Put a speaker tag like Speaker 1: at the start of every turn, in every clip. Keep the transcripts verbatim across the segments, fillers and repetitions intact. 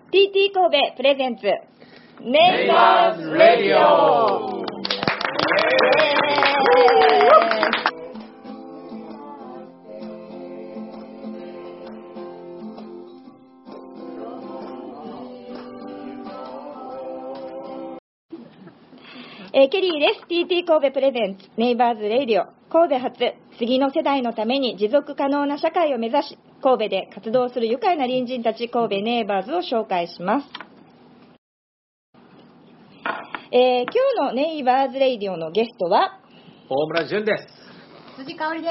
Speaker 1: ティーティー 神戸プレゼンツネイバーズラディオ。えー、ケリーです。 ティーティー 神戸プレゼンツネイバーズラディオ。神戸発次の世代のために持続可能な社会を目指し、神戸で活動する愉快な隣人たち神戸ネイバーズを紹介します。えー、今日のネイバーズラディオのゲストは
Speaker 2: 大村淳です。
Speaker 3: 辻香織です。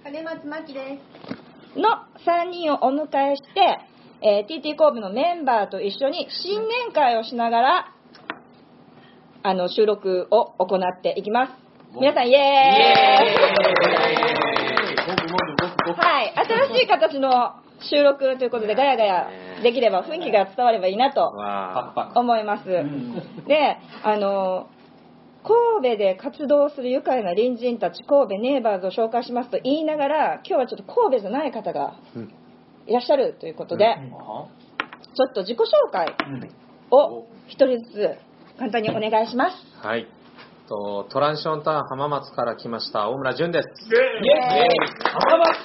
Speaker 3: 金松真希です
Speaker 1: のさんにんをお迎えして、えー、ティーティー 神戸のメンバーと一緒に新年会をしながらあの収録を行っていきます。皆さんイエーイ。はい、新しい形の収録ということでガヤガヤできれば雰囲気が伝わればいいなと思います。で、あの神戸で活動する愉快な隣人たち神戸ネイバーズを紹介しますと言いながら、今日はちょっと神戸じゃない方がいらっしゃるということで、ちょっと自己紹介を一人ずつ簡単にお願いします。
Speaker 2: はい、とトランションタウン浜松から来ました大村淳です。
Speaker 4: イエーイ浜松よいし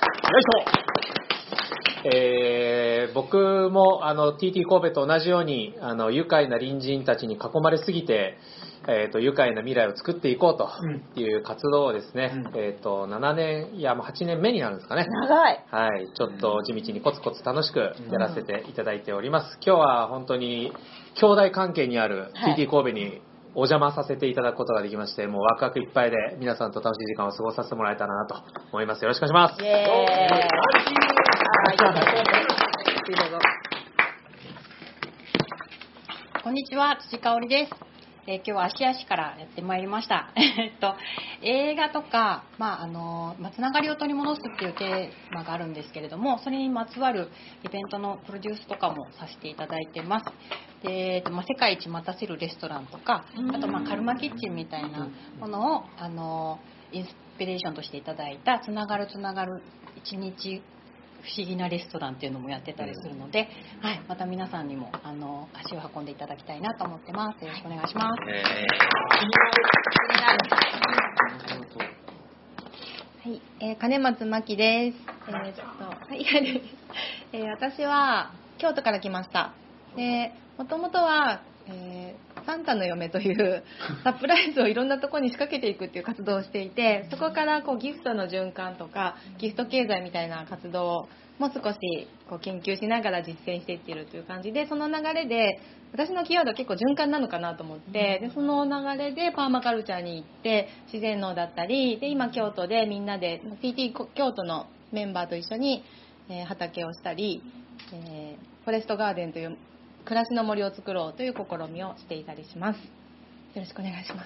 Speaker 2: ょ。えー、僕もあの ティーティー 神戸と同じようにあの愉快な隣人たちに囲まれすぎて、えー、と愉快な未来を作っていこうという活動をですね、うん、えー、とななねんいやもうはちねんめになるんですかね。
Speaker 1: 長い。
Speaker 2: はい、ちょっと地道にコツコツ楽しくやらせていただいております。今日は本当に兄弟関係にある ティーティー 神戸にお邪魔させていただくことができまして、もうワクワクいっぱいで皆さんと楽しい時間を過ごさせてもらえたらなと思います。よろしくお願いします。
Speaker 1: イエーイ。
Speaker 3: こんにちは、辻香織です。えー、今日は芦屋市からやってまいりました。えっと映画とか、まああのまあ、つながりを取り戻すっていうテーマがあるんですけれども、それにまつわるイベントのプロデュースとかもさせていただいてます。で、えっとまあ、世界一待たせるレストランとか、あとまあカルマキッチンみたいなものをあのインスピレーションとしていただいたつながるつながる一日不思議なレストランっていうのもやってたりするので、はい、また皆さんにもあの足を運んでいただきたいなと思ってます。よろしくお願いします。え
Speaker 5: ー、はい、えー、金松真希です。えー、ちょっとはい、えー、私は京都から来ました。で、もともとは、えー、サンタの嫁というサプライズをいろんなところに仕掛けていくっていう活動をしていて、そこからこうギフトの循環とかギフト経済みたいな活動も少しこう研究しながら実践していっているという感じで、その流れで私のキーワードは結構循環なのかなと思って、でその流れでパーマカルチャーに行って自然農だったりで、今京都でみんなで ティーティー 京都のメンバーと一緒に、えー、畑をしたり、えー、フォレストガーデンという暮らしの森を作ろうという試みをしていたりします。よろしくお願いします。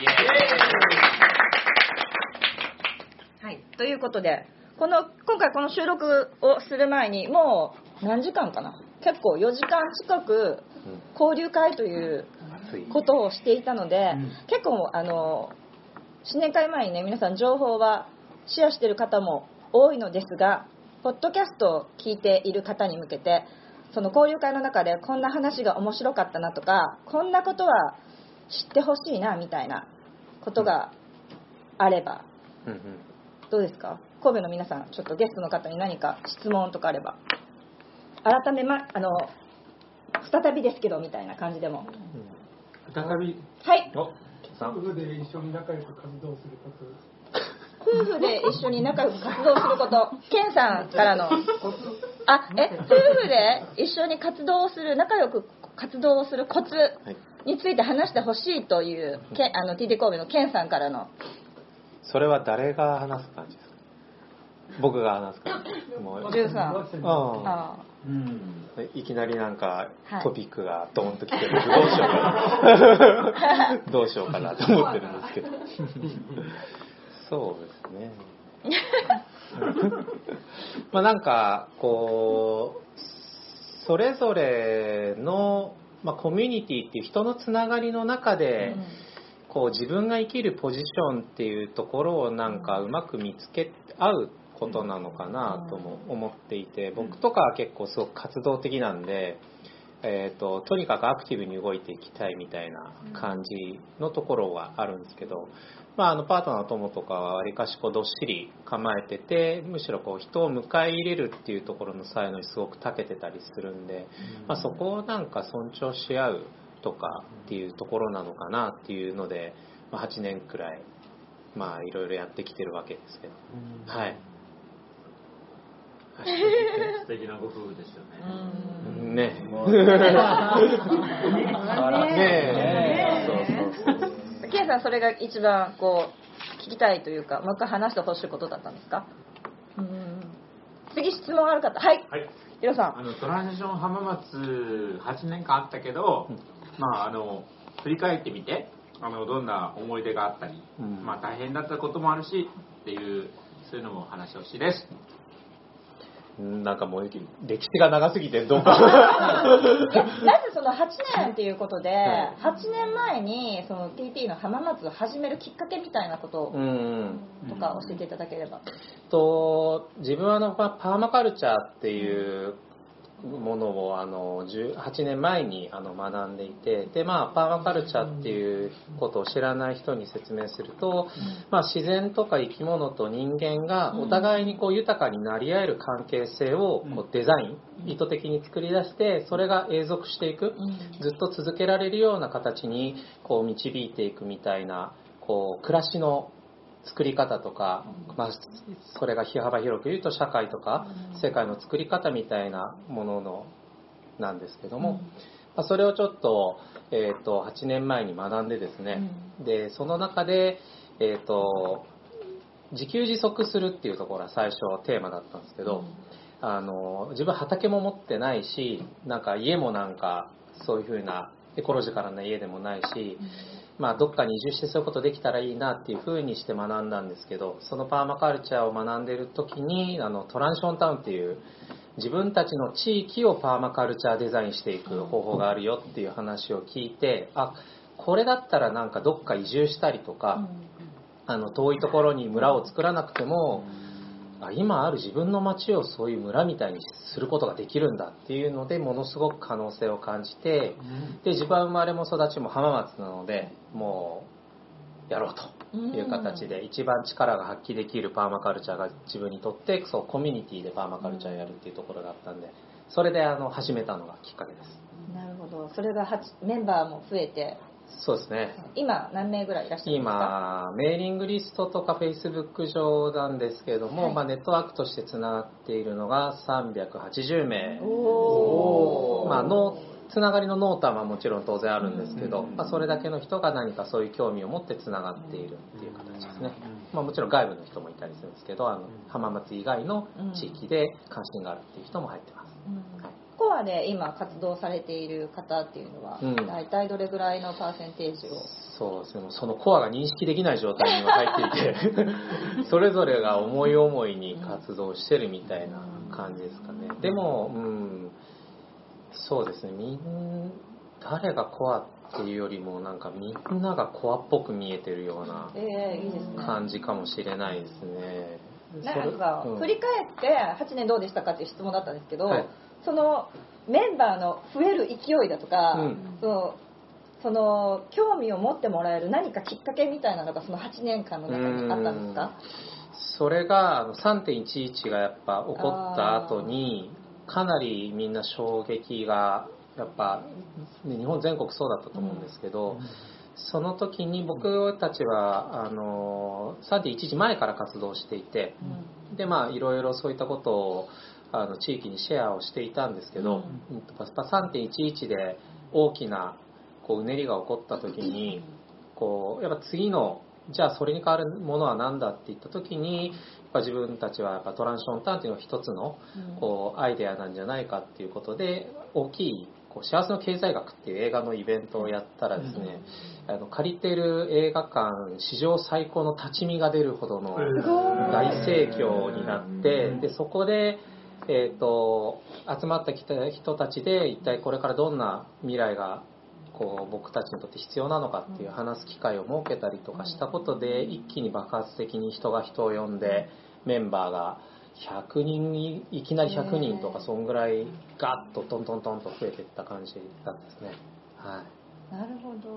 Speaker 1: はい、ということでこの今回この収録をする前にもう何時間かな、結構よじかん近く交流会ということをしていたので、うん、結構あの新年会前にね、皆さん情報はシェアしている方も多いのですが、ポッドキャストを聞いている方に向けて、その交流会の中でこんな話が面白かったなとか、こんなことは知ってほしいなみたいなことがあれば、うんうん、どうですか？神戸の皆さん、ちょっとゲストの方に何か質問とかあれば、改めまあの再びですけどみたいな感じでも、
Speaker 4: うん、再び、
Speaker 1: はい、
Speaker 4: 夫婦で一緒に仲良く活動すること。
Speaker 1: 夫婦で一緒に仲良く活動すること、ケンさんからのあえ夫婦で一緒に活動する仲良く活動をするコツについて話してほしいというけあの ティーティー 神戸のケンさんからの。
Speaker 2: それは誰が話す感じですか？僕が話す感じ。もう
Speaker 1: ジューさん。
Speaker 2: ああ、うん、いきなりなんかトピックがドーンと来てる、どうしようかなどうしようかなと思ってるんですけどそうですねまあなんかこうそれぞれの、まあ、コミュニティっていう人のつながりの中で、うん、こう自分が生きるポジションっていうところをなんかうまく見つけ合うことなのかなとも思っていて、僕とかは結構すごく活動的なんで、 えーと、とにかくアクティブに動いていきたいみたいな感じのところがあるんですけど、まあ、あのパートナーの友とかはわりかしこうどっしり構えてて、むしろこう人を迎え入れるっていうところの才能にすごく長けてたりするんで、まあ、そこをなんか尊重し合うとかっていうところなのかなっていうので、まあ、はちねんくらいまあいろいろやってきてるわけですけど、はい。
Speaker 6: 素敵なご夫婦ですよ
Speaker 2: ね。ね。
Speaker 1: ね。そうそうそう。ケンさん、それが一番こう聞きたいというか、もう一回話してほしいことだったんですか？うん。次質問ある方、はい。はい。ヒロさん。
Speaker 6: あのトランジション浜松はちねんかんあったけど、うん、まああの振り返ってみて、あのどんな思い出があったり、うん、まあ大変だったこともあるしっていうそういうのもお話をしです。
Speaker 2: なんかもう歴史が長すぎてどうか
Speaker 1: なぜそのはちねんっていうことで、はちねんまえにその ティーティー の浜松を始めるきっかけみたいなこととか教えていただければ。
Speaker 2: と自分はあのパーマカルチャーっていうものをあのじゅうはちねんまえにあの学んでいて、で、まあ、パーマカルチャーっていうことを知らない人に説明すると、まあ、自然とか生き物と人間がお互いにこう豊かになり合える関係性をこうデザイン意図的に作り出して、それが永続していく、ずっと続けられるような形にこう導いていくみたいなこう暮らしの作り方とか、まあ、それが幅広く言うと社会とか世界の作り方みたいなもののなんですけども、まあ、それをちょっと、えーと、はちねんまえに学んでですね、でその中で、えーと、自給自足するっていうところが最初テーマだったんですけど、あの自分畑も持ってないし、なんか家もなんかそういう風なエコロジカルな家でもないし、まあ、どっかに移住してそういうことできたらいいなっていう風にして学んだんですけど、そのパーマカルチャーを学んでいる時にあのトランションタウンっていう自分たちの地域をパーマカルチャーデザインしていく方法があるよっていう話を聞いて、あ、これだったらなんかどっか移住したりとか、あの遠いところに村を作らなくても、今ある自分の町をそういう村みたいにすることができるんだっていうのでものすごく可能性を感じて、で自分は生まれも育ちも浜松なのでもうやろうという形で一番力が発揮できるパーマカルチャーが自分にとってそうコミュニティでパーマカルチャーをやるっていうところがあったんで、それであの始めたのがきっかけです。
Speaker 1: なるほど。それがメンバーも増えて、
Speaker 2: そうですね。
Speaker 1: 今何名ぐらいいらっしゃるんですか？
Speaker 2: 今メーリングリストとかフェイスブック上なんですけれども、はい、まあ、ネットワークとしてつながっているのがさんびゃくはちじゅうめい。おー、まあ、のつながりの濃淡はもちろん当然あるんですけど、うん、まあ、それだけの人が何かそういう興味を持ってつながっているっていう形ですね。まあ、もちろん外部の人もいたりするんですけど、あの浜松以外の地域で関心があるっていう人も入ってます。うん、はい、
Speaker 1: コアで今活動されている方っていうのは、うん、大体どれぐらいのパーセンテージを？
Speaker 2: そうですね、そのコアが認識できない状態には入っていてそれぞれが思い思いに活動してるみたいな感じですかね。でも、うん、そうですね、みん誰がコアっていうよりもなんかみんながコアっぽく見えてるような感じかもしれないですね。
Speaker 1: なんか振り返ってはちねんどうでしたかっていう質問だったんですけど、はい、そのメンバーの増える勢いだとか、うん、そのその興味を持ってもらえる何かきっかけみたいなのがそのはちねんかんの中にあったんですか？
Speaker 2: それが さんてんいちいち がやっぱ起こった後にかなりみんな衝撃がやっぱ、ね、日本全国そうだったと思うんですけど、うん、その時に僕たちはあの さんてんいちいち 前から活動していて、うん、でまあいろいろそういったことをあの地域にシェアをしていたんですけど、うん、さんてんいちいち で大きなこううねりが起こった時にこうやっぱ次のじゃあそれに代わるものは何だって言った時にやっぱ自分たちはやっぱトランションターンっていうのが一つのこうアイデアなんじゃないかっていうことで大きいこう幸せの経済学っていう映画のイベントをやったらですね、あの借りてる映画館史上最高の立ち見が出るほどの大盛況になって、でそこでえーと集まった人たちで一体これからどんな未来がこう僕たちにとって必要なのかっていう話す機会を設けたりとかしたことで一気に爆発的に人が人を呼んでメンバーがひゃくにんい、いきなりひゃくにんとかそんぐらいガッとトントントンと増えていった感じだったですね。はい。
Speaker 1: なるほど。そう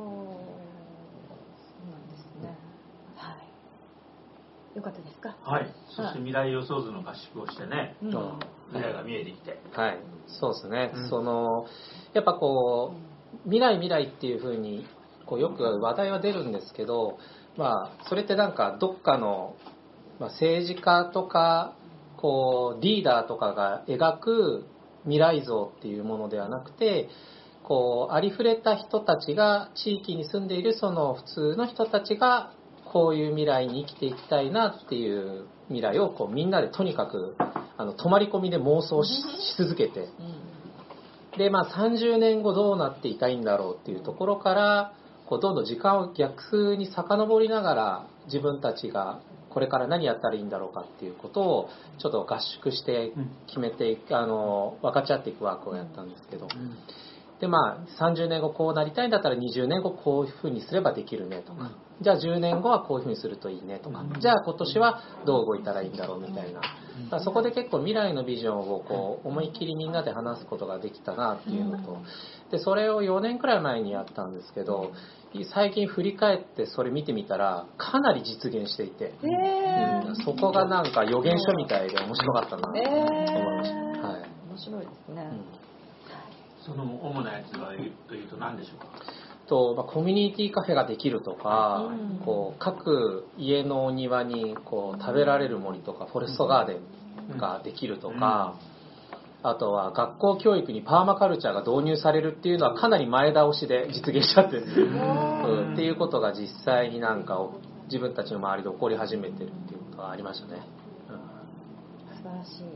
Speaker 1: なんですね。はい。よかったですか。
Speaker 6: はい。そして未来予想図の合宿をしてね、
Speaker 1: うん、
Speaker 6: 未来が見えてきて。
Speaker 2: はい。そうですね。
Speaker 6: うん、
Speaker 2: そのやっぱこう未来未来っていう風にこうよく話題は出るんですけど、まあそれってなんかどっかの、まあ、政治家とかこうリーダーとかが描く未来像っていうものではなくて、こうありふれた人たちが地域に住んでいるその普通の人たちがこういう未来に生きていきたいなっていう未来をこうみんなでとにかくあの泊まり込みで妄想 し, し続けて、でまあさんじゅうねんごどうなっていたいんだろうっていうところからこうどんどん時間を逆に遡りながら自分たちがこれから何やったらいいんだろうかっていうことをちょっと合宿して決めていく、あの分かち合っていくワークをやったんですけど、でまあさんじゅうねんごこうなりたいんだったらにじゅうねんごこういうふうにすればできるねとか、じゃあじゅうねんごはこういうふうにするといいねとか、じゃあ今年はどう動いたらいいんだろうみたいな、だからそこで結構未来のビジョンをこう思いっきりみんなで話すことができたなっていうのと、でそれをよねんくらい前にやったんですけど、最近振り返ってそれ見てみたらかなり実現していて、うん、そこがなんか予言書みたいで面白かったなと思いました。はい、
Speaker 1: 面白いですね。
Speaker 6: うん、その主なやつはというと何でしょうか。
Speaker 2: とまあ、コミュニティカフェができるとか、うん、こう各家のお庭にこう食べられる森とかフォレストガーデンができるとか、うん、あとは学校教育にパーマカルチャーが導入されるっていうのはかなり前倒しで実現しちゃってる、うん、っていうことが実際になんか自分たちの周りで起こり始めてるっていうことがありましたね。
Speaker 1: うん、素晴らしい。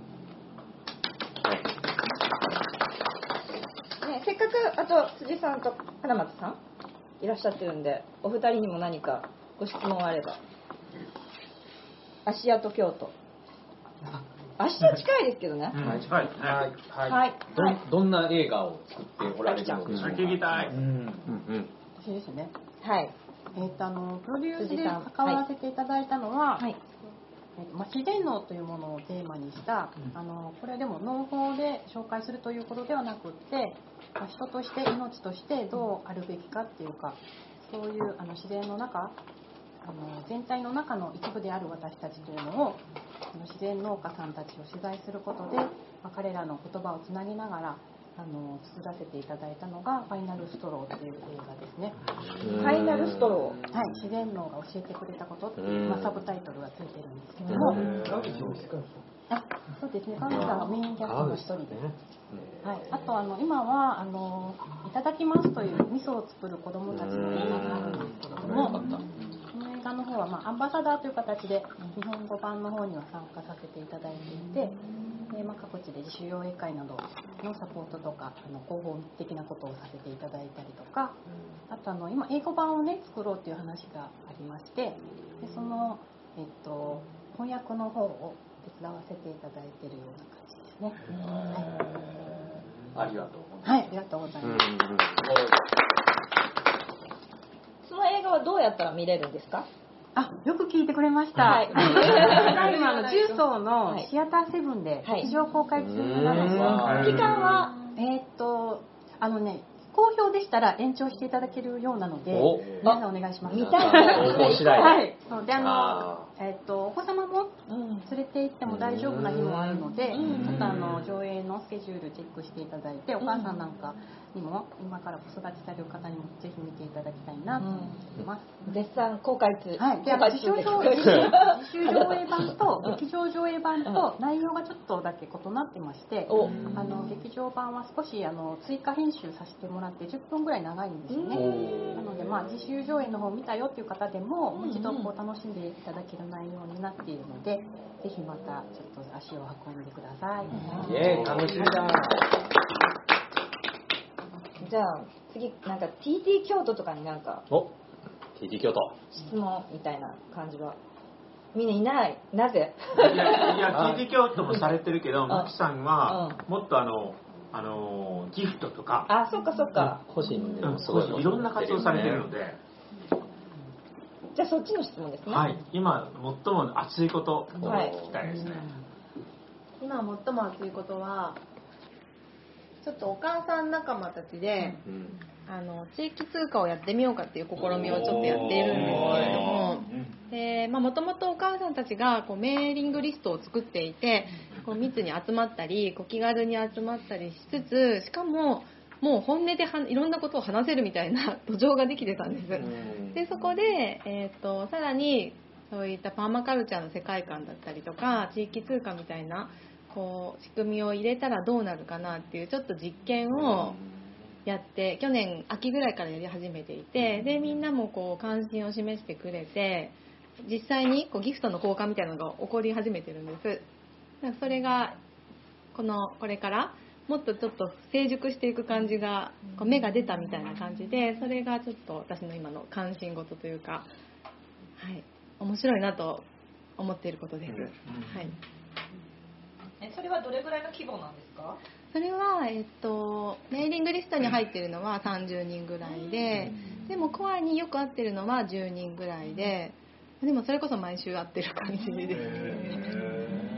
Speaker 1: ね、せっかくあと辻さんと花松さんいらっしゃってるんで、お二人にも何かご質問あれば。芦屋と京都。芦屋近いですけどね。
Speaker 6: うん、近いですね。はい。
Speaker 7: はいはい、ど, どんな映画を作っておられるのでしょうか。
Speaker 6: 聞きたい。うん。
Speaker 3: うん。私ですね。
Speaker 1: はい。
Speaker 3: えっとあのプロデュースで関わらせていただいたのは。はい。まあ、自然農というものをテーマにした、うん、あのこれでも農法で紹介するということではなくって、まあ、人として命としてどうあるべきかっていうか、そういうあの自然の中あの全体の中の一部である私たちというのをあの自然農家さんたちを取材することで、まあ、彼らの言葉をつなぎながらあの作らせていただいたのがファイナルストローという映画ですね。
Speaker 1: ファイナルストロ
Speaker 3: ー、はい、自然農が教えてくれたことっていう、まあ、サブタイトルがついてるんですけども、あ、そうですね、川口さんがメインキャストの一人で、はい、あとあの今はあのいただきますという味噌を作る子どもたちの映画があるんですけれども、この映画の方は、まあ、アンバサダーという形で日本語版の方には参加させていただいていて、でまあ、各地で自主上映会などのサポートとかあの広報的なことをさせていただいたりとか、あとあの今英語版をね作ろうという話がありまして、でその、えっと、翻訳の方を手伝わせていただいているような感じですね。
Speaker 7: はい、ありがとうございます。
Speaker 3: はい、ありがとうございます。
Speaker 1: その映画はどうやったら見れるんですか？
Speaker 3: あ、よく聞いてくれました。はい、今あの重曹のシアターセブンで劇場公開中なんです。期間はえー、っとあのね。好評でしたら延長していただけるようなので、皆さんお願いします。
Speaker 1: 見たい。
Speaker 3: はい。そうであのえっとお子様も連れて行っても大丈夫な日もあるので、ちょっとあの上映のスケジュールチェックしていただいて、お母さんなんかにも今から子育てされる方にもぜひ見ていただきたいなと思ってます。
Speaker 1: 絶賛公開中。
Speaker 3: はい。で、自主上映版と劇場上映版と内容がちょっとだけ異なってまして、あの劇場版は少しあの追加編集させてもらってじゅっぷんぐらい長いんですよね。なのでまあ自主上映の方を見たよっていう方でももう一度こう楽しんでいただける内容になっているので、ぜひまたちょっと足を運んでください。
Speaker 7: イエーイ、楽しみだ。
Speaker 1: じゃあ次なんか ティーティー 京都とかになんか
Speaker 2: お ティーティー 京都
Speaker 1: 質問みたいな感じはみんないない。なぜ？
Speaker 6: いやいや ティーティー 京都もされてるけど、マキさんはもっとあのあのギフトとか、
Speaker 1: あ、そっかそっか、
Speaker 2: 個人で
Speaker 6: もすごいいろんな活動されてるので、
Speaker 1: じゃあそっちの質問ですね。
Speaker 6: はい、今最も熱いことを聞きたいですね。
Speaker 5: 今最も熱いことはちょっとお母さん仲間たちで、うん、あの地域通貨をやってみようかっていう試みをちょっとやっているんですけれども、で、まあ、もともとお母さんたちがこうメーリングリストを作っていて、こう密に集まったりこう気軽に集まったりしつつ、しかももう本音ではいろんなことを話せるみたいな土壌ができてたんです。でそこで、えー、とさらにそういったパーマカルチャーの世界観だったりとか地域通貨みたいなこう仕組みを入れたらどうなるかなっていうちょっと実験をやって去年秋ぐらいからやり始めていて、でみんなもこう関心を示してくれて、実際にこうギフトの交換みたいなのが起こり始めてるんです。だからそれがこのこれからもっとちょっと成熟していく感じがこう芽が出たみたいな感じで、それがちょっと私の今の関心事というか、はい、面白いなと思っていることです。はい。
Speaker 1: えそれはどれぐらいの規模なんですか？
Speaker 5: それは、えっと、メーリングリストに入っているのはさんじゅうにんぐらいで、でもコアによく会ってるのはじゅうにんぐらいで、でもそれこそ毎週会ってる感じです。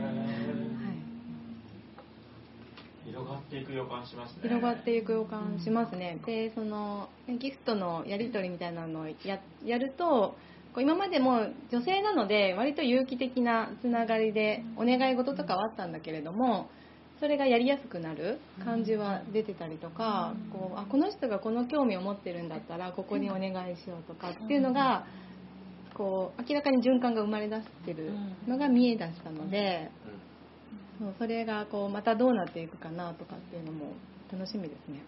Speaker 6: 広がっていく予感しますね。
Speaker 5: 広がっていく予感しますね。で、そのギフトのやり取りみたいなのを や, やると、こう今までも女性なので割と有機的なつながりでお願い事とかはあったんだけれども、それがやりやすくなる感じは出てたりとか、こうあこの人がこの興味を持ってるんだったらここにお願いしようとかっていうのがこう明らかに循環が生まれ出してるのが見え出したので、それがこうまたどうなっていくかなとかっていうのも楽しみですね。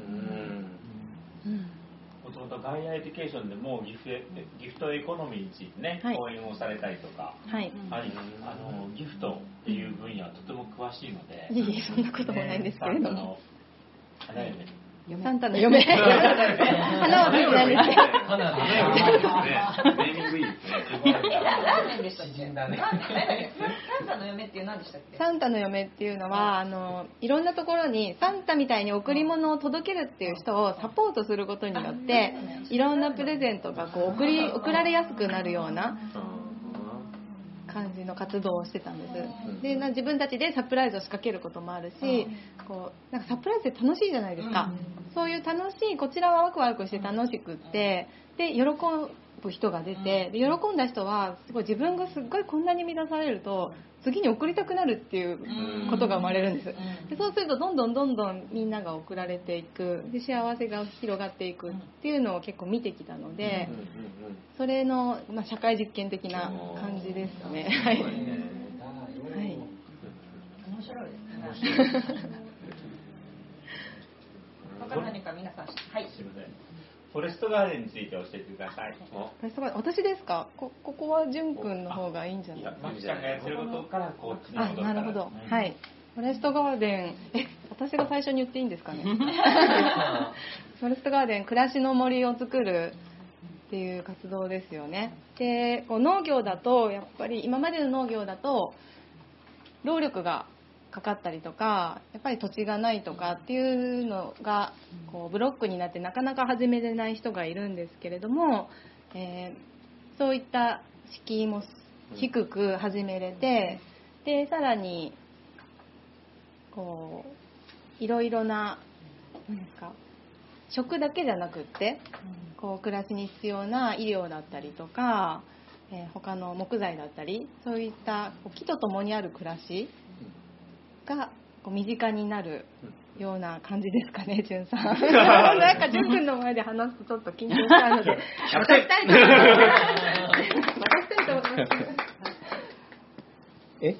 Speaker 6: もともとガイアエデュケーションでもギフギフトエコノミーについてね、はい、講演をされたりとか、はい、ありあのギフトっていう分野はとても詳しいので、
Speaker 5: いいそんなこともないんですけれども、サンタの
Speaker 6: 嫁
Speaker 5: 花は見てないですけど、
Speaker 6: 花の嫁ネーミングいいですね。
Speaker 1: 何年でしたっけ？サンタの嫁っていう何でしたっけ？
Speaker 5: サンタの嫁っていうのはあのいろんなところにサンタみたいに贈り物を届けるっていう人をサポートすることによっていろんなプレゼントがこう送り送られやすくなるような感じの活動をしてたんです。で自分たちでサプライズを仕掛けることもあるし、こうなんかサプライズって楽しいじゃないですか。そういう楽しい、こちらはワクワクして楽しくって、で喜ぶ人が出て、で喜んだ人はすごい自分がすっごいこんなに満たされると次に送りたくなるっていうことが生まれるんです。でそうするとどんどんどんどんみんなが送られていく、で幸せが広がっていくっていうのを結構見てきたので、それの、まあ、社会実験的な感じですね。はい。はい。面
Speaker 1: 白いですね。他何か皆さん、はい。
Speaker 6: すみません。フォレストガーデンについて教えてください。
Speaker 5: フォレストガーデン、私ですか？こここはじゅんくんの方がいいんじゃないですか？
Speaker 6: マキちゃんがやってることからこっちに
Speaker 5: 戻ったら。あ、なるほど。はい。フォレストガーデン、え、私が最初に言っていいんですかね？フォレストガーデン、暮らしの森を作るっていう活動ですよね。で、こう農業だとやっぱり今までの農業だと労力がかかったりとか、やっぱり土地がないとかっていうのがこうブロックになってなかなか始めれない人がいるんですけれども、えー、そういった敷居も低く始めれて、でさらにこういろいろな、何ですか、食だけじゃなくってこう暮らしに必要な医療だったりとか、えー、他の木材だったり、そういったこう木と共にある暮らしがこう身近になるような感じですかね、じゅんさん。なんかじゅんくんの前で話すとちょっと緊張しちゃうので渡したいと思います。渡したいと思います。
Speaker 2: え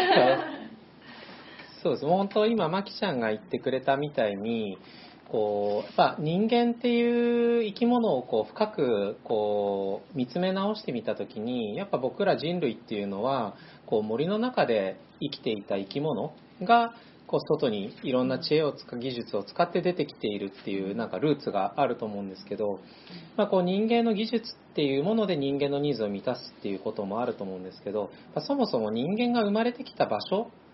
Speaker 2: そうです。本当今マキちゃんが言ってくれたみたいに、こうやっぱ人間っていう生き物をこう深くこう見つめ直してみたときに、やっぱ僕ら人類っていうのはこう森の中で生きていた生き物がこう外にいろんな知恵を使う技術を使って出てきているっていうなんかルーツがあると思うんですけど、まあ、こう人間の技術っていうもので人間のニーズを満たすっていうこともあると思うんですけど、まあ、そもそも人間が生まれてきた場所っ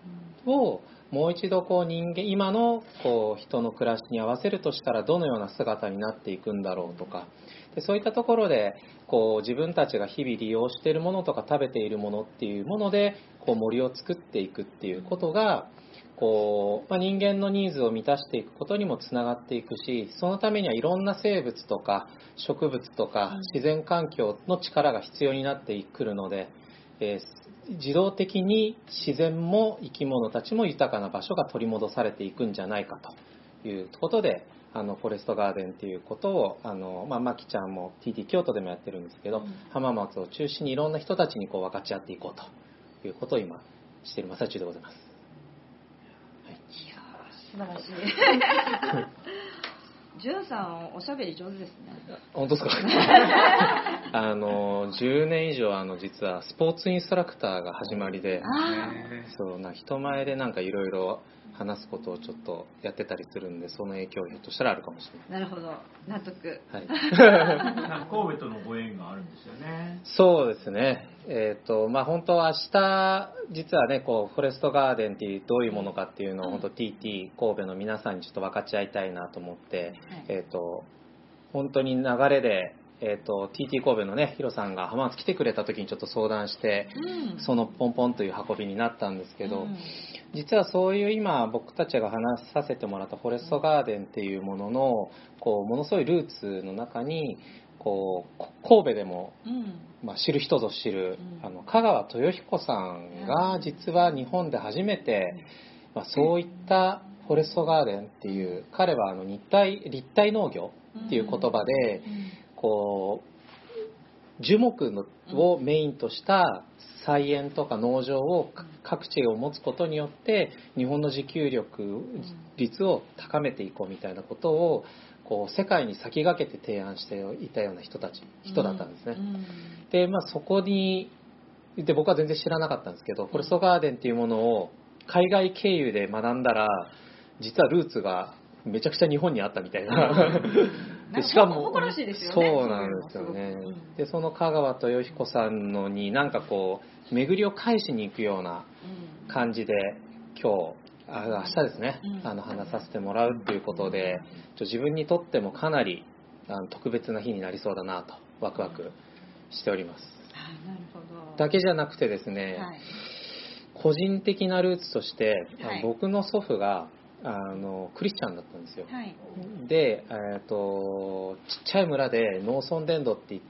Speaker 2: をもう一度こう人間今のこう人の暮らしに合わせるとしたらどのような姿になっていくんだろうとか、でそういったところでこう自分たちが日々利用しているものとか食べているものっていうものでこう森を作っていくっていうことがこう、まあ、人間のニーズを満たしていくことにもつながっていくし、そのためにはいろんな生物とか植物とか自然環境の力が必要になってくるので、えー自動的に自然も生き物たちも豊かな場所が取り戻されていくんじゃないかということで、あのフォレストガーデンということをあの、まあ、まきちゃんも ティーティー 京都でもやってるんですけど、うん、浜松を中心にいろんな人たちにこう分かち合っていこうということを今している真っ最中でございます。
Speaker 1: はい、いや素晴らしいじゅんさんおしゃべり上手ですね。
Speaker 2: 本当ですかあのじゅうねん以上あの実はスポーツインストラクターが始まりで、そうな人前でなんかいろいろ話すことをちょっとやってたりするんで、その影響がひょっとしたらあるかもしれない。
Speaker 1: なるほど、納得。
Speaker 2: はい、
Speaker 6: 神戸とのご縁があるんですよね。
Speaker 2: そうですね。えーとまあ、本当は明日実はねこうフォレストガーデンっていうどういうものかっていうのを本当 ティーティー 神戸の皆さんにちょっと分かち合いたいなと思って、はい、えーと本当に流れで、えーと ティーティー 神戸のねヒロさんが浜松来てくれた時にちょっと相談して、うん、そのポンポンという運びになったんですけど、うん、実はそういう今僕たちが話させてもらったフォレストガーデンっていうもののこうものすごいルーツの中にこう神戸でも、うんまあ、知る人ぞ知る、うん、あの香川豊彦さんが実は日本で初めて、まあ、そういったフォレストガーデンっていう彼はあの立体、立体農業っていう言葉で、こう樹木のをメインとした菜園とか農場を各地を持つことによって日本の自給力率を高めていこうみたいなことをこう世界に先駆けて提案していたような人たち人だったんですね、うんうん、で、まあ、そこにで僕は全然知らなかったんですけど、フォレストガーデンっていうものを海外経由で学んだら実はルーツがめちゃくちゃ日本にあったみたいなでしかも
Speaker 1: 誇らしいですよね。
Speaker 2: そうなんですよね。でその香川豊彦さんのになんかこう巡りを返しに行くような感じで今日あ明日ですね、あの話させてもらうっていうことでちょ自分にとってもかなりあの特別な日になりそうだなとワクワクしております。
Speaker 1: なるほど。
Speaker 2: だけじゃなくてですね、はい、個人的なルーツとして、はい、僕の祖父があのクリスチャンだったんですよ、はい、で、えーと、ちっちゃい村で農村伝道って言って、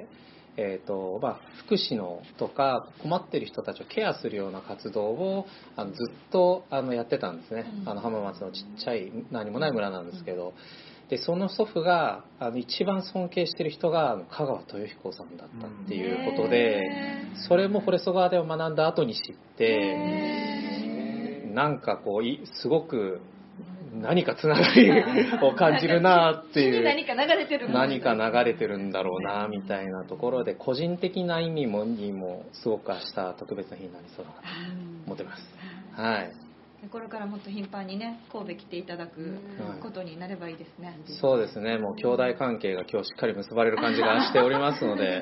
Speaker 2: えーとまあ、福祉のとか困ってる人たちをケアするような活動をあのずっとあのやってたんですね、うん、あの浜松のちっちゃい何もない村なんですけど、でその祖父があの一番尊敬してる人があの香川豊彦さんだったっていうことで、それもフォレストガーデンを学んだ後に知って、なんかこうすごく何かつながりを感じるなっていう
Speaker 1: 何か流れてる
Speaker 2: 何か流れてるんだろうなみたいなところで、個人的な意味もにもすごく明日特別な日になりそうだなと思ってます。はい。
Speaker 1: これからもっと頻繁にね神戸来ていただくことになればいいですね、
Speaker 2: うん、そうですね。もう兄弟関係が今日しっかり結ばれる感じがしておりますので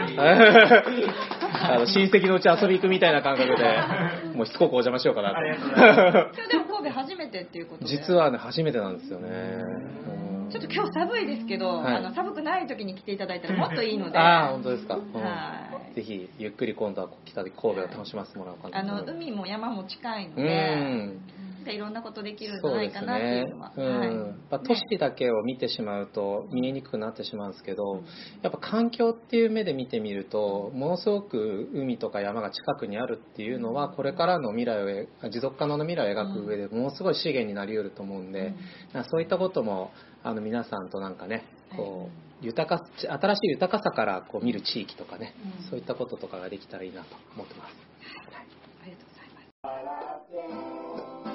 Speaker 2: あの親戚のうち遊び行くみたいな感覚でもうしつこくお邪魔しようかなと。
Speaker 1: 今日でも神戸初めてっていうことで
Speaker 2: 実はね初めてなんですよね。
Speaker 1: ちょっと今日寒いですけど、はい、あの寒くない時に来ていただいたらもっといいので
Speaker 2: ああ本当ですか、うん、
Speaker 1: はい
Speaker 2: ぜひゆっくり今度は来た時神戸を楽しませてもらおうかな。
Speaker 1: あの海も山も近いので、うんいろんなことできるんじゃないかなっていうのは、
Speaker 2: そうですね、うんはいまあ、都市だけを見てしまうと見えにくくなってしまうんですけど、やっぱ環境っていう目で見てみるとものすごく海とか山が近くにあるっていうのはこれからの未来を持続可能な未来を描く上でものすごい資源になり得ると思うんで、うん、そういったこともあの皆さんとなんかねこう豊か新しい豊かさからこう見る地域とかね、うん、そういったこととかができたらいいなと思ってます。
Speaker 1: はい、ありがとうございます。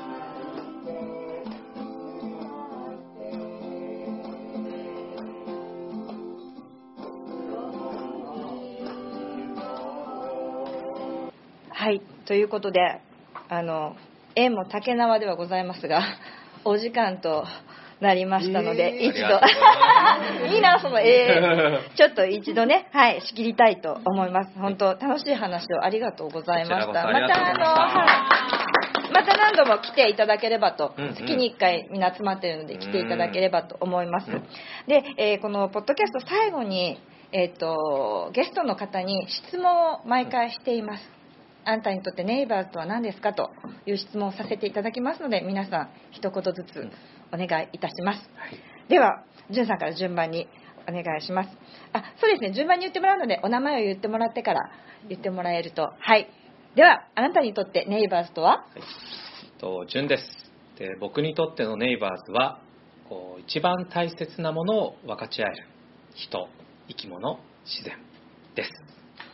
Speaker 1: はい、ということであの縁も竹縄ではございますがお時間となりましたので、えー、一度いいなそのえー、ちょっと一度ねはい仕切りたいと思います。本当楽しい話をありがとうございました。またあのはいまた何度も来ていただければと、
Speaker 2: うんうん
Speaker 1: 月にいっかいみんな集まってるので来ていただければと思います。で、えーこのポッドキャスト最後に、えー、とゲストの方に質問を毎回しています。あなたにとってネイバーズとは何ですかという質問をさせていただきますので、皆さん一言ずつお願いいたします。では、じゅんさんから順番にお願いします。あ、そうですね、順番に言ってもらうのでお名前を言ってもらってから言ってもらえると。はい。では、あなたにとってネイバーズとは？
Speaker 2: はい、とじゅんです。で、僕にとってのネイバーズはこう一番大切なものを分かち合える人、生き物、自然です。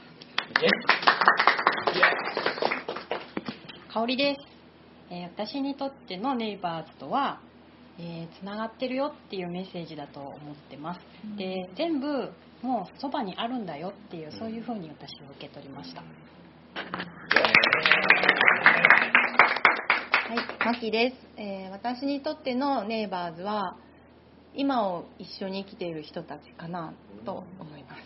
Speaker 3: 香りです。えー私にとってのネイバーズとは、えーつながってるよっていうメッセージだと思ってます。で、全部もうそばにあるんだよっていう、そういうふうに私は受け取りました。
Speaker 5: はい、マキです、えー私にとってのネイバーズは今を一緒に生きている人たちかなと思います。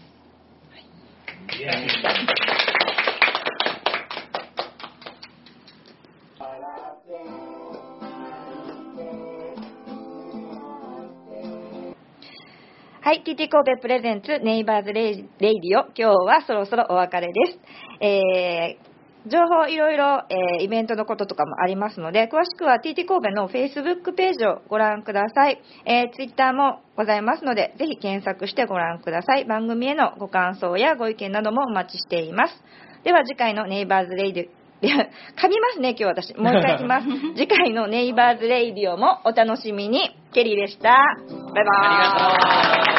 Speaker 1: はい、ティーティー 神戸プレゼンツネイバーズレイレイディオ、今日はそろそろお別れです。えー情報いろいろ、えーイベントのこととかもありますので、詳しくは ティーティー 神戸の Facebook ページをご覧ください。えー、Twitter もございますので、ぜひ検索してご覧ください。番組へのご感想やご意見などもお待ちしています。では次回のネイバーズレイディオ、いや、噛みますね、今日私。もう一回いきます。次回のネイバーズレイディオもお楽しみに。ケリーでした。バイバーイ。
Speaker 2: ありがとう。